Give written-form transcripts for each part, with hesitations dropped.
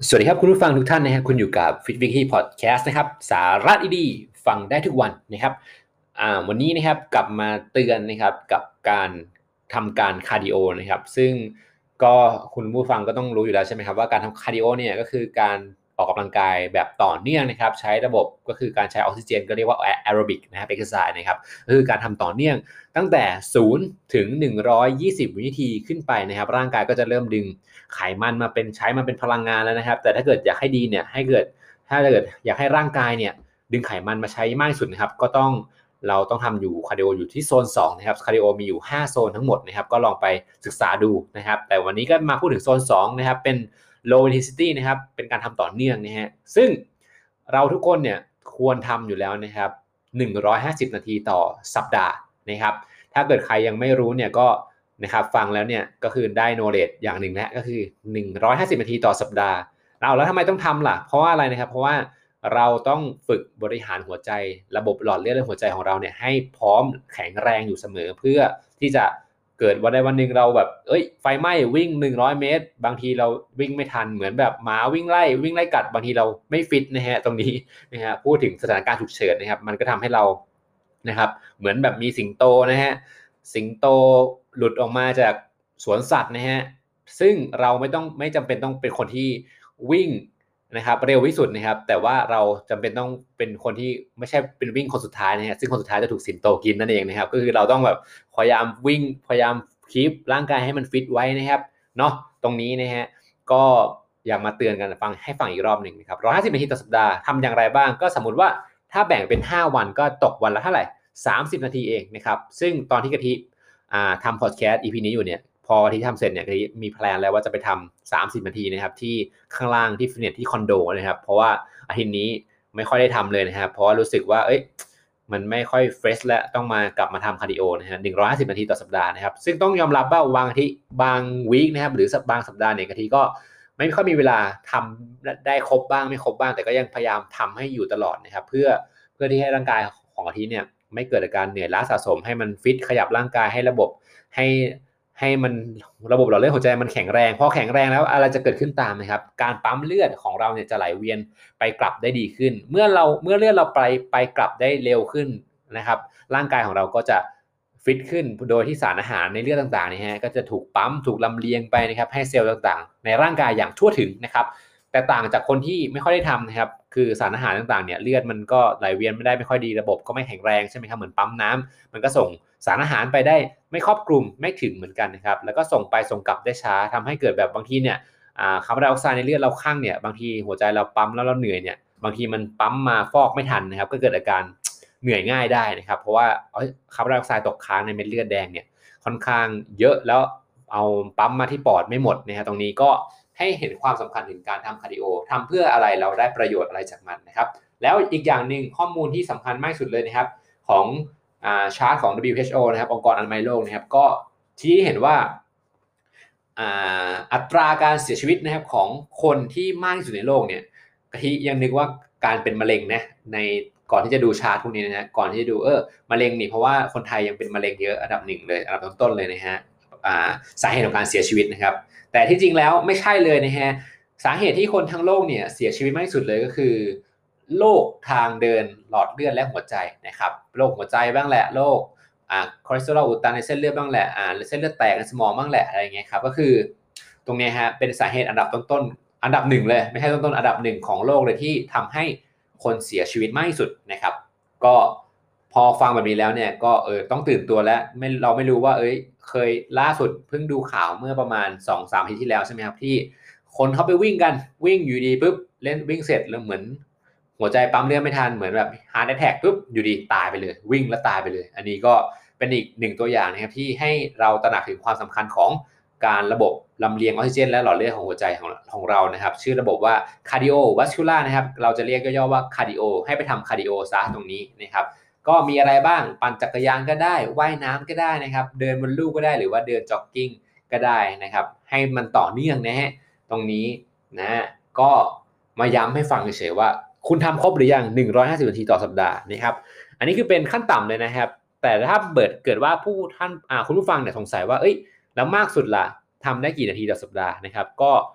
สวัสดีครับคุณผู้ฟังทุกท่านนะฮะคุณอยู่กับ Fit Weekly Podcast นะครับสาระดีๆฟังได้ทุกวันนะครับวันนี้นะครับกลับมาเตือนนะครับกับการทำการคาร์ดิโอนะครับซึ่งก็คุณผู้ฟังก็ต้องรู้อยู่แล้วใช่ไหมครับว่าการทำคาร์ดิโอเนี่ยก็คือการออกกำลังกายแบบต่อเนื่องนะครับใช้ระบบก็คือการใช้ออกซิเจนก็เรียกว่าแอโรบิกนะครับเอ็กซ์ไซส์นะครับก็คือการทำต่อเนื่องตั้งแต่0ถึง120วินาทีขึ้นไปนะครับร่างกายก็จะเริ่มดึงไขมันมาเป็นใช้มาเป็นพลังงานแล้วนะครับแต่ถ้าเกิดอยากให้ดีเนี่ยถ้าเกิดอยากให้ร่างกายเนี่ยดึงไขมันมาใช้มากที่สุดนะครับก็เราต้องทำอยู่คาร์ดิโออยู่ที่โซน2นะครับคาร์ดิโอมีอยู่5โซนทั้งหมดนะครับก็ลองไปศึกษาดูนะครับแต่วันนี้ก็มาพูดถึงโซน2นะครับเป็น low intensity นะครับเป็นการทำต่อเนื่องนะฮะซึ่งเราทุกคนเนี่ยควรทำอยู่แล้วนะครับ150นาทีต่อสัปดาห์นะครับถ้าเกิดใครยังไม่รู้เนี่ยก็นะครับฟังแล้วเนี่ยก็คือได้ knowledge อย่างหนึ่งแล้วก็คือ150นาทีต่อสัปดาห์แล้วทำไมต้องทำล่ะเพราะว่าอะไรนะครับเพราะว่าเราต้องฝึกบริหารหัวใจระบบหลอดเลือดและหัวใจของเราเนี่ยให้พร้อมแข็งแรงอยู่เสมอเพื่อที่จะเกิดวันใดวันหนึ่งเราแบบไฟไหม้วิ่ง100เมตรบางทีเราวิ่งไม่ทันเหมือนแบบหมาวิ่งไล่กัดบางทีเราไม่ฟิตนะฮะตรงนี้นะฮะพูดถึงสถานการณ์ฉุกเฉินนะครับมันก็ทำให้เรานะครับเหมือนแบบมีสิงโตนะฮะสิงโตหลุดออกมาจากสวนสัตว์นะฮะซึ่งเราไม่จำเป็นต้องเป็นคนที่วิ่งนะครับเร็วที่สุดนะครับแต่ว่าเราจำเป็นต้องเป็นคนที่ไม่ใช่เป็นวิ่งคนสุดท้ายนะฮะซึ่งคนสุดท้ายจะถูกสิงโตกินนั่นเองนะครับก็คือเราต้องแบบพยายามวิ่งพยายามคีปร่างกายให้มันฟิตไว้นะครับเนาะตรงนี้นะฮะก็อยากมาเตือนกันฟังอีกรอบหนึ่งนะครับ150นาทีต่อสัปดาห์ทำอย่างไรบ้างก็สมมติว่าถ้าแบ่งเป็น5วันก็ตกวันละเท่าไหร่30นาทีเองนะครับซึ่งตอนที่กะทิทำพอดแคสต์ EP นี้อยู่เนี่ยพอที่ทำเสร็จเนี่ยมีแพลนแล้วว่าจะไปทำ30นาทีนะครับที่ข้างล่างที่ฟิตเนสที่คอนโดนะครับเพราะว่าอาทิตย์นี้ไม่ค่อยได้ทำเลยนะครับเพราะว่ารู้สึกว่ามันไม่ค่อยเฟรชและต้องกลับมาทำคาร์ดิโอนะฮะ150นาทีต่อสัปดาห์นะครับซึ่งต้องยอมรับว่าบางวีคนะครับหรือบางสัปดาห์เนี่ยกะทิก็ไม่ค่อยมีเวลาทำได้ครบบ้างไม่ครบบ้างแต่ก็ยังพยายามทำให้อยู่ตลอดนะครับเพื่อที่ให้ร่างกายของกะทิเนี่ยไม่เกิดอาการเหนื่อยล้าสะสมให้มันฟิตขยับร่างกายให้ระบบให้มันระบบหล่อเลือดหัวใจมันแข็งแรงพอแข็งแรงแล้วอะไรจะเกิดขึ้นตามนะครับการปั๊มเลือดของเราเนี่ยจะไหลเวียนไปกลับได้ดีขึ้นเมื่อเลือดเราไปกลับได้เร็วขึ้นนะครับร่างกายของเราก็จะฟิตขึ้นโดยที่สารอาหารในเลือดต่างๆนี่ฮะก็จะถูกปั๊มถูกลำเลียงไปนะครับให้เซลล์ต่างๆในร่างกายอย่างทั่วถึงนะครับแต่ต่างจากคนที่ไม่ค่อยได้ทำนะครับคือสารอาหารต่างๆเนี่ยเลือดมันก็ไหลเวียนไม่ได้ไม่ค่อยดีระบบก็ไม่แข็งแรงใช่ไหมครับเหมือนปั๊มน้ำมันก็ส่งสารอาหารไปได้ไม่ครอบคลุมไม่ถึงเหมือนกันนะครับแล้วก็ส่งไปส่งกลับได้ช้าทำให้เกิดแบบบางทีเนี่ยคาร์บอนไดออกไซด์ในเลือดเราคั่งเนี่ยบางทีหัวใจเราปั๊มแล้วเราเหนื่อยเนี่ยบางทีมันปั๊มมาฟอกไม่ทันนะครับก็เกิดอาการเหนื่อยง่ายได้นะครับเพราะว่าคาร์บอนไดออกไซด์ตกค้างในเม็ดเลือดแดงเนี่ยค่อนข้างเยอะแล้วเอาปั๊มมาที่ปอดไม่หมดนะฮะตรงนี้ก็ให้เห็นความสำคัญถึงการทำคาร์ดิโอทำเพื่ออะไรเราได้ประโยชน์อะไรจากมันนะครับแล้วอีกอย่างหนึ่งข้อมูลที่สำคัญมากสุดเลยนะครับของชาร์ตของ WHO นะครับองค์กรอนามัยโลกนะครับก็ชี้เห็นว่าอัตราการเสียชีวิตนะครับของคนที่มากที่สุดในโลกเนี่ยกะทิยังนึกว่าการเป็นมะเร็งนะในก่อนที่จะดูชาร์ตพวกนี้นะฮะก่อนที่จะดูมะเร็งนี่เพราะว่าคนไทยยังเป็นมะเร็งเยอะอันดับหนึ่งเลยอันดับต้นๆเลยนะฮะสาเหตุของการเสียชีวิตนะครับแต่ที่จริงแล้วไม่ใช่เลยนะฮะสาเหตุที่คนทั้งโลกเนี่ยเสียชีวิตมากที่สุดเลยก็คือโรคทางเดินหลอดเลือดและหัวใจนะครับโรคหัวใจบ้างแหละโรคคอเลสเตอรอลอุดตันในเส้นเลือดบ้างแหละเส้นเลือดแตกในสมองบ้างแหละอะไรเงี้ยครับก็คือตรงนี้ฮะเป็นสาเหตุอันดับต้นๆอันดับหนึ่งเลยไม่ใช่ต้นๆอันดับหนึ่งของโลกเลยที่ทำให้คนเสียชีวิตมากที่สุดนะครับก็พอฟังแบบนี้แล้วเนี่ยก็ต้องตื่นตัวแล้วเราไม่รู้ว่าเคยล่าสุดเพิ่งดูข่าวเมื่อประมาณ 2-3 อาทิตย์ที่แล้วใช่ไหมครับที่คนเขาไปวิ่งกันวิ่งอยู่ดีปุ๊บเล่นวิ่งเสร็จแล้วเหมือนหัวใจปั๊มเลือดไม่ทันเหมือนแบบฮาร์ทแอทแทกปุ๊บอยู่ดีตายไปเลยวิ่งแล้วตายไปเลยอันนี้ก็เป็นอีกหนึ่งตัวอย่างนะครับที่ให้เราตระหนักถึงความสำคัญของการระบบลำเลียงออกซิเจนและหลอดเลือดของหัวใจของเรานะครับชื่อระบบว่า cardiovascular นะครับเราจะเรียกย่อๆว่า cardio ให้ไปทำ cardio ซะตรงนี้นะครับก็มีอะไรบ้างปั่นจักรยานก็ได้ว่ายน้ำก็ได้นะครับเดินบนลู่ก็ได้หรือว่าเดินจ็อกกิ้งก็ได้นะครับให้มันต่อเนื่องนะฮะตรงนี้นะก็มาย้ำให้ฟังเฉยๆว่าคุณทำครบหรือยัง150นาทีต่อสัปดาห์นะครับอันนี้คือเป็นขั้นต่ำเลยนะครับแต่ถ้าเกิดว่าคุณผู้ฟังเนี่ยสงสัยว่าแล้วมากสุดล่ะทำได้กี่นาทีต่อสัปดาห์นะครับก็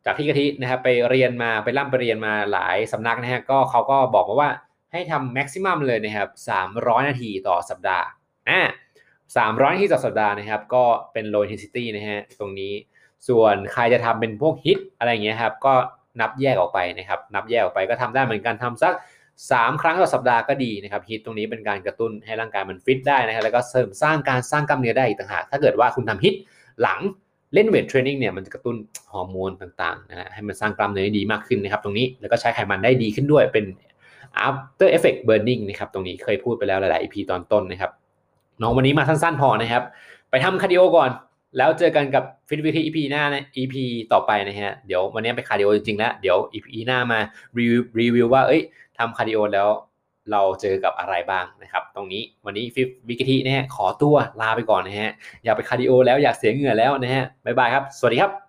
จากที่กะทินะครับไปเรียนมาไปเรียนมาหลายสำนักนะฮะก็เขาก็บอกมาว่าให้ทำแม็กซิมัมเลยนะครับ300 นาทีต่อสัปดาห์300 นาทีต่อสัปดาห์นะครับก็เป็น low intensity นะฮะตรงนี้ส่วนใครจะทำเป็นพวกฮิตอะไรเงี้ยครับก็นับแยกออกไปนะครับนับแยกออกไปก็ทำได้เหมือนกันทำสัก3 ครั้งต่อสัปดาห์ก็ดีนะครับฮิตตรงนี้เป็นการกระตุ้นให้ร่างกายมันฟิตได้นะครับแล้วก็เสริมสร้างการสร้างกล้ามเนื้อได้อีกต่างหากถ้าเกิดว่าคุณทำฮิตหลังเล่นเวทเทรนนิ่งเนี่ยมันจะกระตุ้นฮอร์โมนต่างๆนะฮะให้มันสร้างกล้ามเนื้อได้ดีมากขึ้นนะครับตรงนี้แล้วก็ใช้ไขมันได้ดีขึ้นด้วยเป็น after effect burning นะครับตรงนี้เคยพูดไปแล้วหลายๆ EP ตอนต้นนะครับน้องวันนี้มาสั้นๆพอนะครับไปทำคาร์ดิโอก่อนแล้วเจอกันกับฟิตวิธี EP หน้านะ EP ต่อไปนะฮะเดี๋ยววันนี้ไปคาร์ดิโอจริงๆแล้วเดี๋ยว EP หน้ามารีวิวว่าทำคาร์ดิโอแล้วเราเจอกับอะไรบ้างนะครับตรงนี้วันนี้ฟิตวิธีนะฮะขอตัวลาไปก่อนนะฮะอยากไปคาร์ดิโอแล้วอยากเสียเหงื่อแล้วนะฮะบ๊ายบายครับสวัสดีครับ